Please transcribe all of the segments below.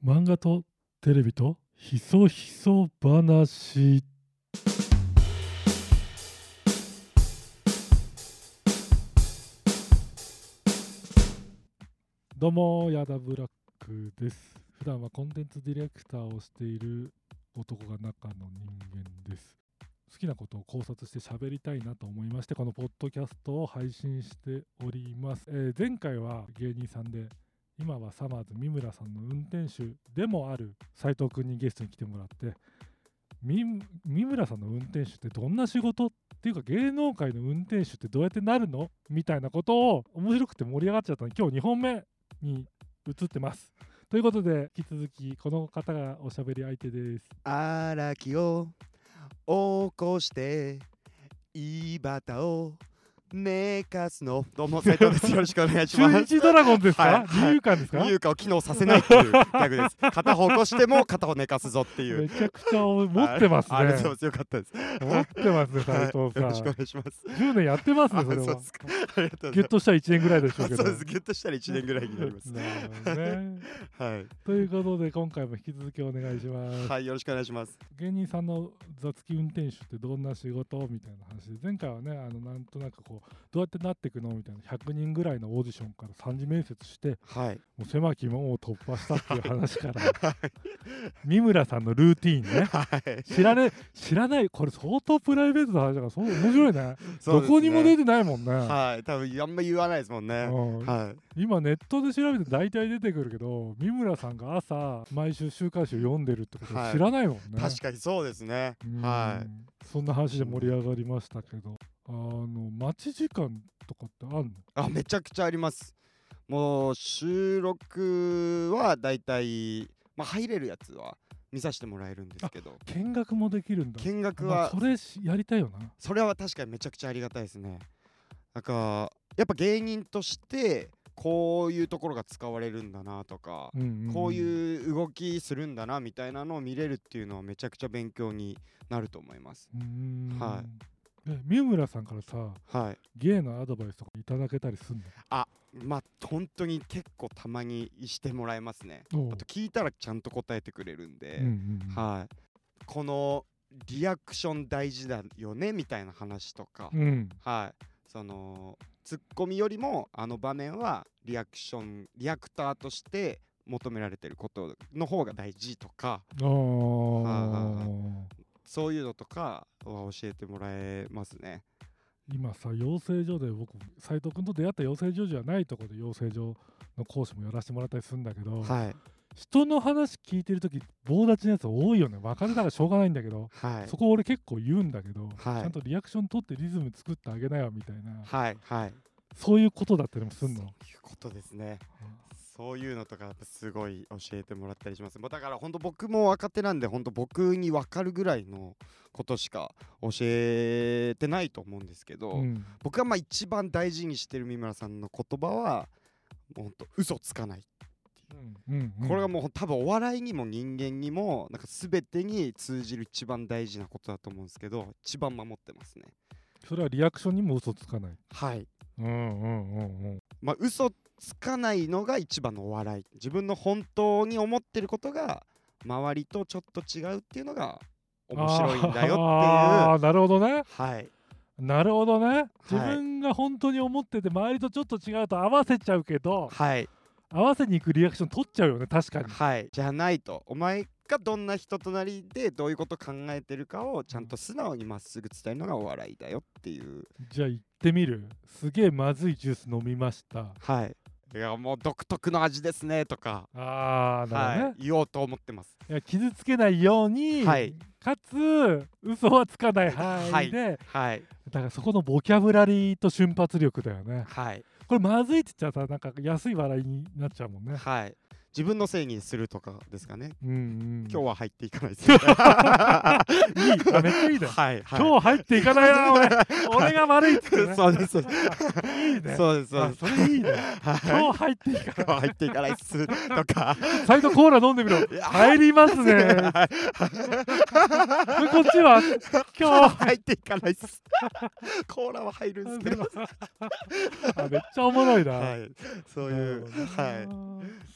漫画とテレビとひそひそ話。どうもヤダブラックです。普段はコンテンツディレクターをしている男が中の人間です。好きなことを考察して喋りたいなと思いまして、このポッドキャストを配信しております。前回は芸人さんで、今はサマーズ三村さんの運転手でもある斉藤くんにゲストに来てもらって、三村さんの運転手ってどんな仕事っていうか、芸能界の運転手ってどうやってなるのみたいなことを面白くて盛り上がっちゃったので、今日2本目に移ってます。ということで引き続きこの方がおしゃべり相手です。 荒木を起こして井端を寝かすの。どうも斉藤です。よろしくお願いします。 中日ドラゴンですか、 はい二遊間ですか。 二遊間を機能させないっていうギャグです。片方起こしても片方寝かすぞっていう。 めちゃくちゃ持ってますね。 ありがとうございます。よかったです。 持ってますね、斉藤さん。 よろしくお願いします。 10年やってますね、それは。 そうですか。ありがとうございます。 ギュッとしたら1年ぐらいでしょうけど。 そうです。ギュッとしたら1年ぐらいになります。 なるほどね。 はい。 ということで今回も引き続きお願いします。 はい、よろしくお願いします。 芸人さんの雑記運転手ってどんな仕事みたいな話で、前回はね、なんとなくこうどうやってなっていくのみたいな100人ぐらいのオーディションから3次面接して、 はい。 もう狭き門を突破したっていう話から三村さんのルーティーンね、 はい。 知らない、これ相当プライベートな話だからそう面白いね。 そうですね。 どこにも出てないもんね。 はい。多分あんま言わないですもんね。はい。 今ネットで調べて大体出てくるけど、三村さんが朝毎週週刊誌を読んでるってこと知らないもんね。 確かにそうですね。はい。 そんな話で盛り上がりましたけど、待ち時間とかってあるの？ めちゃくちゃあります。もう収録はだいたい入れるやつは見させてもらえるんですけど、 見学もできるんだ。 見学はそれやりたいよな。 それは確かにめちゃくちゃありがたいですね。なんかやっぱ芸人としてこういうところが使われるんだなとか、こういう動きするんだなみたいなのを見れるっていうのはめちゃくちゃ勉強になると思います。はい。 三村さんからさ、 はい、 芸のアドバイスとかいただけたりするの？ 本当に結構たまにしてもらえますね。あと聞いたらちゃんと答えてくれるんで、はい、このリアクション大事だよねみたいな話とか、はい、そのツッコミよりもあの場面はリアクターとして求められてることの方が大事とか、そういうのとかは教えてもらえますね。 今さ、養成所で僕斉藤君と出会った養成所じゃないところで養成所の講師もやらせてもらったりするんだけど、 はい、 人の話聞いてるとき棒立ちのやつ多いよね。分かれたらしょうがないんだけど、 はい、 そこ俺結構言うんだけど、 はい、 ちゃんとリアクション取ってリズム作ってあげなよみたいな、 はいはい、 そういうことだったりもするの？ そういうことですね。そういうのとかすごい教えてもらったりします。だから本当僕も若手なんで、本当僕に分かるぐらいのことしか教えてないと思うんですけど、僕が一番大事にしてる三村さんの言葉はもう本当嘘つかないっていう、これがもう多分お笑いにも人間にもなんか全てに通じる一番大事なことだと思うんですけど、一番守ってますね。 それはリアクションにも嘘つかない。 はい。嘘つかないのが一番のお笑い。自分の本当に思ってることが周りとちょっと違うっていうのが面白いんだよっていう。 なるほどね。 はい。 なるほどね。自分が本当に思ってて周りとちょっと違うと合わせちゃうけど、 はい、 合わせに行くリアクション取っちゃうよね。確かに。 はい。じゃないと、お前がどんな人となりでどういうこと考えてるかをちゃんと素直にまっすぐ伝えるのがお笑いだよっていう。 じゃあ行ってみる。すげえまずいジュース飲みました。 はい。いやもう独特の味ですねとか、 なるほどね、 言おうと思ってます。 いや傷つけないように、かつ嘘はつかない範囲で、だからそこのボキャブラリーと瞬発力だよね。これまずいって言っちゃうとなんか安い笑いになっちゃうもんね。 自分のせいにするとかですかね。今日は入っていかないです。 めっちゃいいね。今日入っていかないな俺が悪いって言ってね。 そうです。 いいね。 そうです。 それいいね。今日入っていかないっすとか。 斉藤コーラ飲んでみろ。入りますね。こっちは今日入っていかないっす。コーラは入るんですけど。 めっちゃおもろいな。 そういう。 すげえ極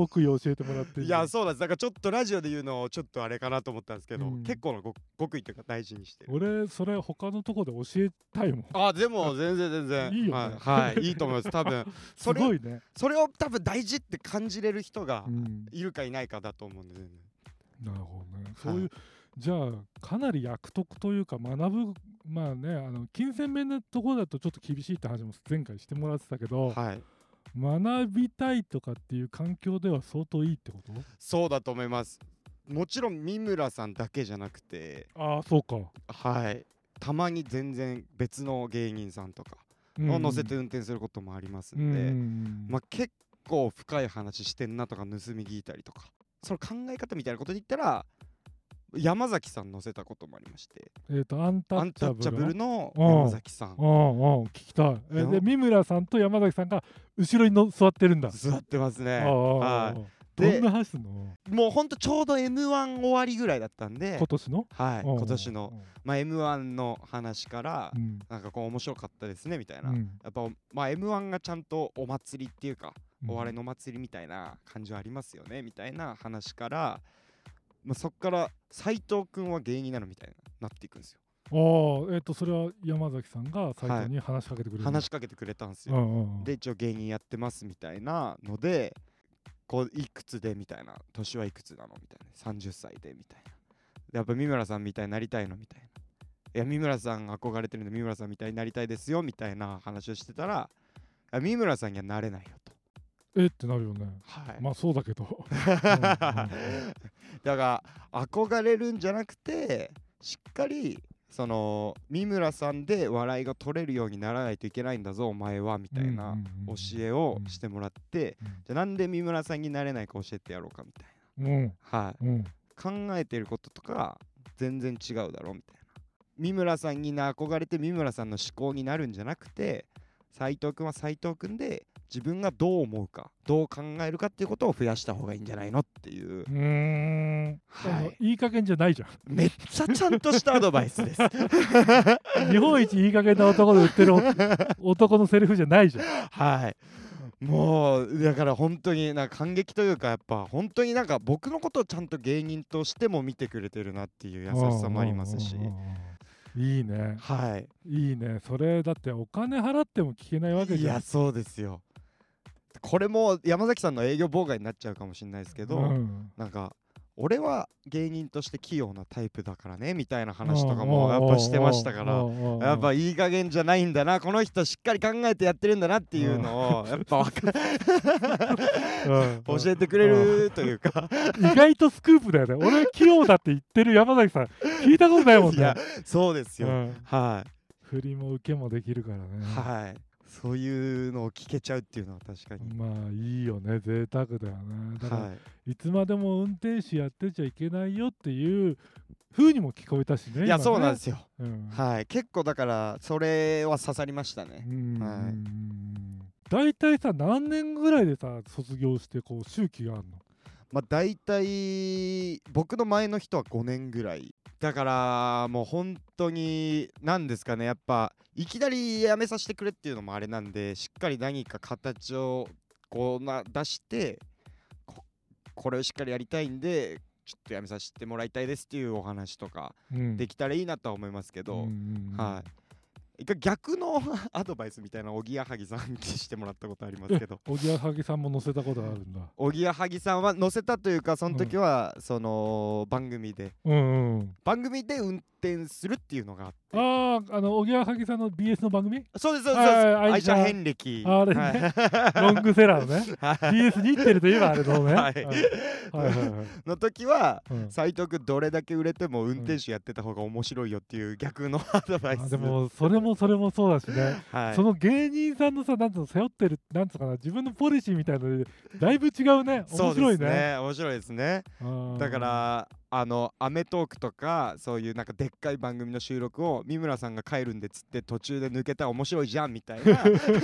極意を教えてもらっていやそうなんです。だからちょっとラジオで言うのちょっとあれかなと思ったんですけど、結構の極意というか大事にしてる。 俺それ他のとこで教えたいもん。 でも全然いいよね。 はいいいと思います。多分すごいね。 それを多分大事って感じれる人がうんいるかいないかだと思うんで、ね、 なるほどね。そういう、じゃあかなり役得というか学ぶ、まあね金銭面のところだとちょっと厳しいって話も前回してもらってたけど、 はい、 学びたいとかっていう環境では相当いいってこと？ そうだと思います。もちろん三村さんだけじゃなくて、 そうか、 はい、たまに全然別の芸人さんとかを乗せて運転することもありますんで、まあ、結構深い話してんなとか盗み聞いたりとか、その考え方みたいなことで言ったら山崎さん乗せたこともありまして、 アンタッチャブルの山崎さん聞きたい。で三村さんと山崎さんが後ろに座ってるんだ。 座ってますね。 どんな話すんの？ もうほんとちょうど M1 終わりぐらいだったんで、 今年の今年のM1 の話から、なんかこう面白かったですねみたいな、やっぱM1 がちゃんとお祭りっていうか、お笑いのお祭りみたいな感じはありますよねみたいな話から、そっから斉藤くんは芸人なのみたいになっていくんですよ。 それは山崎さんが斉藤に話しかけてくれる、 話しかけてくれたんですよ。で一応芸人やってますみたいなので、こういくつでみたいな、年はいくつなのみたいな、30歳でみたいな、やっぱ三村さんみたいになりたいのみたいな、いや三村さん憧れてるんで三村さんみたいになりたいですよみたいな話をしてたら、三村さんにはなれないよと。 ってなるよね。まあそうだけどだから憧れるんじゃなくて、しっかりその三村さんで笑いが取れるようにならないといけないんだぞお前はみたいな教えをしてもらって、じゃあなんで三村さんになれないか教えてやろうかみたいな、考えてることとか全然違うだろみたいな。三村さんに憧れて三村さんの思考になるんじゃなくて、斉藤君は斉藤君で自分がどう思うかどう考えるかっていうことを増やした方がいいんじゃないのっていう。 いい加減じゃないじゃん。 めっちゃちゃんとしたアドバイスです日本一いい加減な男で売ってる男のセリフじゃないじゃん。もうだから本当になんか感激というか、やっぱ本当になんか僕のことをちゃんと芸人としても見てくれてるなっていう優しさもありますし。 いいね。いいね。それだってお金払っても聞けないわけじゃん。 いやそうですよ。これも山崎さんの営業妨害になっちゃうかもしれないですけど、なんか俺は芸人として器用なタイプだからねみたいな話とかもやっぱしてましたから、やっぱいい加減じゃないんだな、この人しっかり考えてやってるんだなっていうのをやっぱ教えてくれるというか意外とスクープだよね。俺器用だって言ってる山崎さん聞いたことないもんね。 いやそうですよ。 振りも受けもできるからね。 そういうのを聞けちゃうっていうのは確かにまあいいよね、贅沢だよね。だから、いつまでも運転手やってちゃいけないよっていう風にも聞こえたしね。 いやそうなんですよ。結構だからそれは刺さりましたね。 だいたいさ何年ぐらいでさ卒業してこう周期があるの？ だいたい僕の前の人は5年ぐらいだから、もう本当に何ですかね、やっぱいきなり辞めさせてくれっていうのもあれなんで、しっかり何か形をこう出してこれをしっかりやりたいんでちょっと辞めさせてもらいたいですっていうお話とかできたらいいなとは思いますけど、一回逆のアドバイスみたいなおぎやはぎさんにしてもらったことありますけど、 おぎやはぎさんも載せたことがあるんだ。 おぎやはぎさんは載せたというか、その時はその番組で運転するっていうのがあって、 おぎやはぎさんの BS の番組？ そうですそうです、愛車遍歴、 あれね、ロングセラーのねBS 日テレといえばあれのねの時は斉藤君どれだけ売れても運転手やってた方が面白いよっていう逆のアドバイス。 でもそれもそうだしね、その芸人さんのさ、なんつうの背負ってる、なんつうかな、自分のポリシーみたいなのでだいぶ違うね。面白いね。 面白いですね。だからアメトーークとかそういうなんかでっかい番組の収録を三村さんが帰るんでっつって途中で抜けたら面白いじゃんみたいな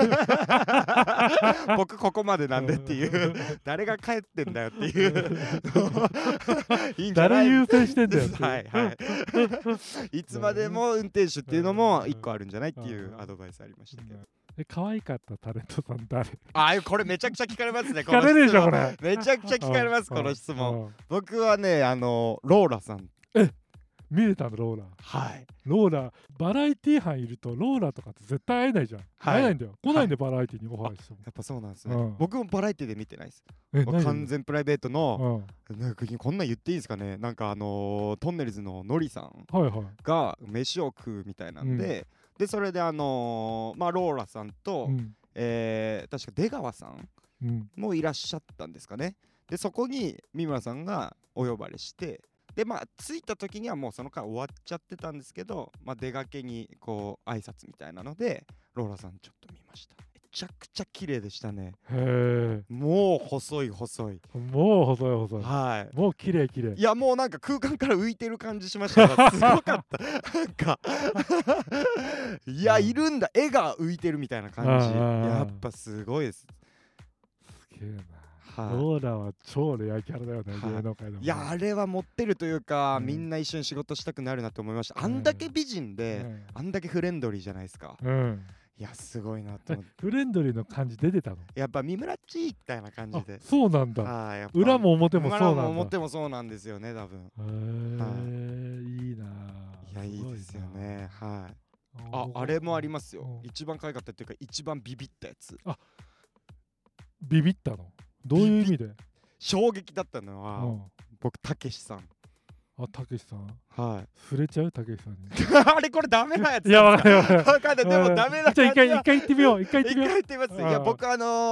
僕ここまでなんでっていう誰が帰ってんだよっていういいんじゃない、 誰優先してんだよっていつまでも運転手っていうのも一個あるんじゃないっていうアドバイスありましたけど。 可愛かったタレントさん誰？ これめちゃくちゃ聞かれますね。 聞かれるでしょここれ。 の質問めちゃくちゃ聞かれます、この質問。僕はね、ローラさん。 見れたのローラ。 はい。 ローラ、バラエティ班いるとローラとかって絶対会えないじゃん。会えないんだよ。来ないんでバラエティにオファーしても。 やっぱそうなんですね。僕もバラエティで見てないです。完全プライベートの、なんかこんなん言っていいですかね。なんかトンネルズのノリさんが飯を食うみたいなんで、でそれでローラさんと、確か出川さんもいらっしゃったんですかね。でそこに三村さんがお呼ばれして、で着いた時にはもうその回終わっちゃってたんですけど、出がけにこう挨拶みたいなのでローラさんちょっと見ました。めちゃくちゃ綺麗でしたね。もう細いもう細い。 はい。 もう綺麗。 いやもうなんか空間から浮いてる感じしましたから、すごかったなんかいやいるんだ、絵が浮いてるみたいな感じ。やっぱすごいです。 すげえな。ローラは超レアキャラだよね、芸能界でも。 いやあれは持ってるというか、みんな一緒に仕事したくなるなと思いました。あんだけ美人で、あんだけフレンドリーじゃないですか。いやすごいなと思って。 フレンドリーの感じ出てたの？ やっぱ三村っちみたいな感じで。 そうなんだ。裏も表もそうなんだ。 裏も表もそうなんですよね、多分。 いいな。 いやいいですよね。はい。あれもありますよ。一番可愛かったっていうか一番ビビったやつ。 ビビったの？どういう意味で？ 衝撃だったのは、僕たけしさん。 たけしさん。 はい。 触れちゃうたけしさんに。 あれこれダメなやつ。 いやわかる。 でもダメなやつ。 じゃあ一回言ってみよう。 一回言ってみます。いや僕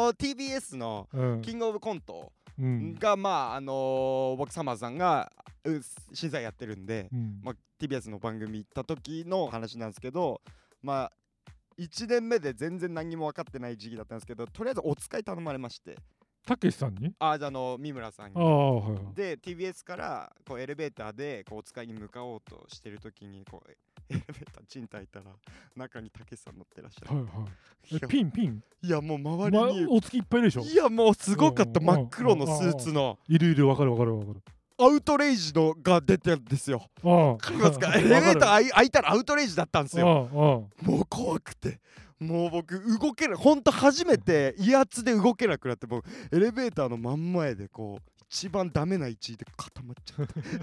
TBS のキングオブコントが僕サマーさんが取材やってるんで、TBS の番組行った時の話なんですけど、1年目で全然何も分かってない時期だったんですけど、とりあえずお使い頼まれまして。 たけしさんに？ 三村さんに。で TBS からこうエレベーターでこうお使いに向かおうとしてる時にこうエレベーターチンタいたら中にたけしさん乗ってらっしゃる。 ピン。 いやもう周りにお月いっぱいでしょ。 いやもうすごかった。真っ黒のスーツの。 いるわかる。 アウトレイジのが出てるんですよ。わかりますか？エレベーター開いたらアウトレイジだったんですよ。もう怖くて。もう僕動けない、ほんと初めて威圧で動けなくなって、僕エレベーターの真ん前でこう一番ダメな位置で固まっちゃ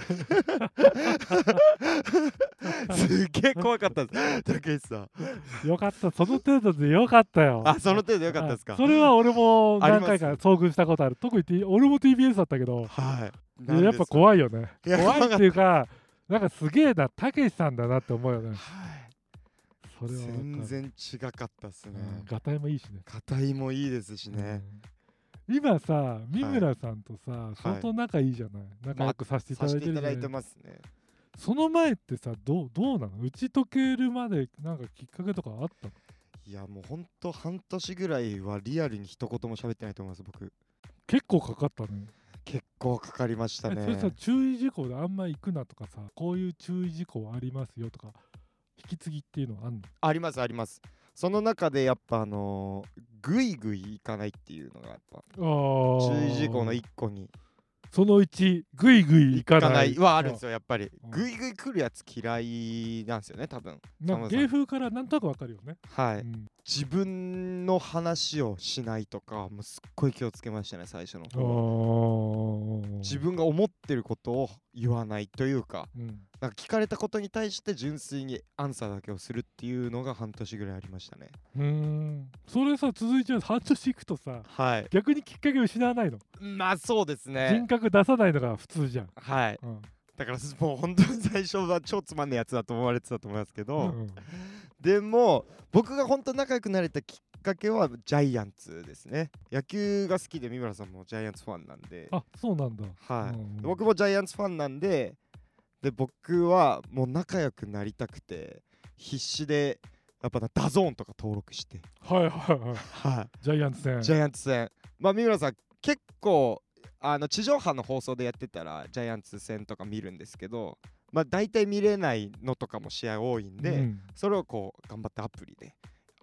ってすげえ怖かったです。たけしさんよかった、その程度でよかったよ。 その程度よかったですか？ それは俺も何回か遭遇したことある。特に俺も TBS だったけど、やっぱ怖いよね。怖いっていうか、なんかすげえな、たけしさんだなって思うよね。 全然違かったっすね。 ガタイもいいしね。 ガタイもいいですしね。 今さ、三村さんとさ、相当仲いいじゃない。仲良くさせていただいてるじゃない。 させていただいてますね。 その前ってさ、どうなの？打ち解けるまでなんかきっかけとかあったの？ いやもうほんと半年ぐらいはリアルに一言も喋ってないと思います、僕。 結構かかったね。 結構かかりましたね。 それさ、注意事項であんま行くなとかさ、こういう注意事項ありますよとか、引き継ぎっていうのはあんの？ ありますあります。その中でやっぱグイグイいかないっていうのがやっぱ注意事項の1個に。 その1、グイグイいかないはあるんですよ。やっぱりグイグイ来るやつ嫌いなんですよね、多分。 なんか芸風からなんとなくわかるよね。 はい、自分の話をしないとかもうすっごい気をつけましたね、最初の方。自分が思ってることを言わないというか、なんか聞かれたことに対して純粋にアンサーだけをするっていうのが半年ぐらいありましたね。 それさ、続いちゃう半年いくとさ、逆にきっかけを失わないの？ そうですね。 人格出さないのが普通じゃん。 だからもう本当に最初は超つまんねえやつだと思われてたと思いますけど、でも僕が本当仲良くなれたきっかけはジャイアンツですね。野球が好きで三村さんもジャイアンツファンなんで。 そうなんだ。 僕もジャイアンツファンなんで、僕はもう仲良くなりたくて必死でやっぱダゾーンとか登録して、 ジャイアンツ戦。 三村さん結構地上波の放送でやってたらジャイアンツ戦とか見るんですけど、大体見れないのとかも試合多いんで、それをこう頑張ってアプリで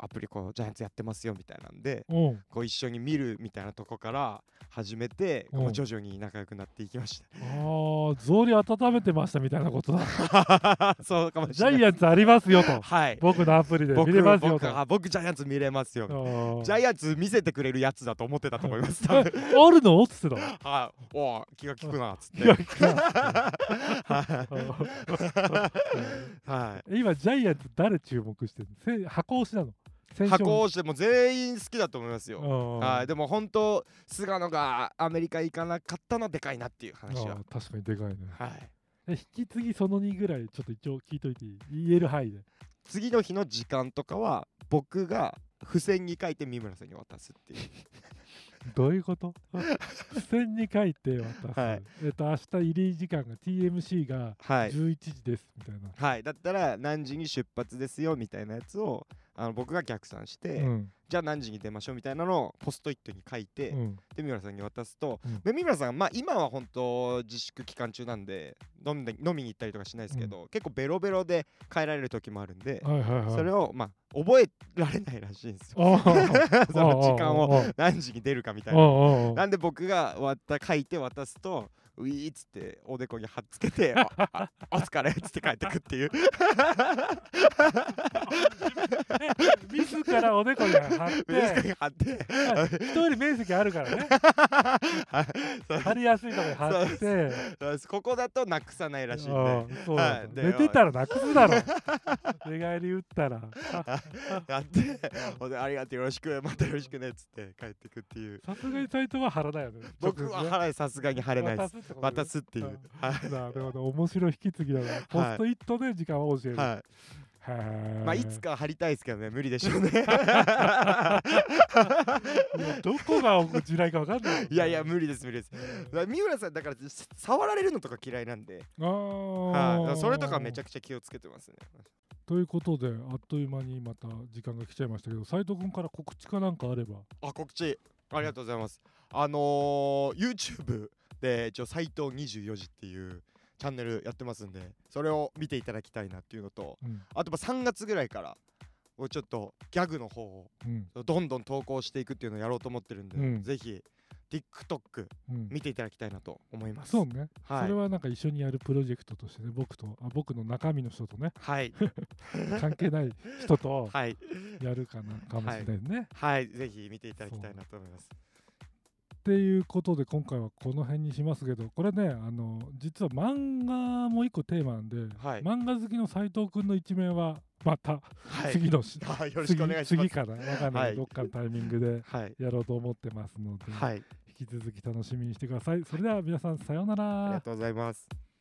アプリこうジャイアンツやってますよみたいなんでうんこう一緒に見るみたいなとこから始めてこう徐々に仲良くなっていきましああ、草履温めてましたみたいなことだ。 たそうかもしジれないャイアンツありますよと。 はい僕のアプリで見れますよと。 僕ジャイアンツ見れますよあージャイアンツ見せてくれるやつだと思ってたと思います多分あるのっつってた。 はいおー気が利くなっつっていやはい今ジャイアンツ誰注目してるの？箱推しなの？ 箱押しても全員好きだと思いますよははいでも本当菅野がアメリカ行かなかったのはでかいなっていう話は確かにでかいね。 はい引き継ぎその2ぐらいちょっと一応聞いといていい？言える範囲で。 次の日の時間とかは僕が付箋に書いて三村さんに渡すっていうどういうこと？付箋に書いて渡す。 はい明日入り時間が TMC がはい 11時ですみたいな。 はいだったら何時に出発ですよみたいなやつを僕が逆算して、 うんじゃあ何時に出ましょうみたいなのをポストイットに書いて、 うんで三村さんに渡すと、 うんで三村さんまあ今は本当自粛期間中なんで飲みに行ったりとかしないですけど、結構ベロベロで帰られる時もあるんで、 はいはいはい。 それをまあ覚えられないらしいんですよあーその時間をあー何時に出るかみたいあーなあーなんで僕が書いて渡すとウィーっつっておでこに貼っつけてお疲れっつって帰ってくっていう自らおでこに貼っメスてに貼って人より面積あるからね。 そう貼りやすいところに貼って。 そうですここだとなくさないらしいんでそうなんだはいで寝てたらなくすだろ。寝返り打ったら。 やってほんでありがとうよろしくまたよろしくねっつって帰ってくっていうさすがにサイトは貼らないよね。 僕は払いさすがに貼れないです渡すっていうはいなるほど、面白い引き継ぎだな。ポストイットで時間を教える。 はいまあいつか貼りたいですけどね無理でしょうねどこが地雷か分かんない。 いやいや無理です三村さんだから触られるのとか嫌いなんではいそれとかめちゃくちゃ気をつけてますねということであっという間にまた時間が来ちゃいましたけど、斉藤君から告知かなんかあれば。 告知ありがとうございますYouTube で斉藤24時っていうチャンネルやってますんでそれを見ていただきたいなっていうのと、あと3月ぐらいからもうちょっとギャグの方をどんどん投稿していくっていうのをやろうと思ってるんで、ぜひ TikTok 見ていただきたいなと思います。 そうね、それはなんか一緒にやるプロジェクトとしてね、僕の中身の人とね、関係ない人とやるかもしれないね。 ぜひ見ていただきたいなと思います。 っていうことで今回はこの辺にしますけど、これね実は漫画も一個テーマなんで、漫画好きの斉藤くんの一面はまた次の次かな分かんない、どっかのタイミングでやろうと思ってますので、引き続き楽しみにしてください。それでは皆さんさようなら。 ありがとうございます。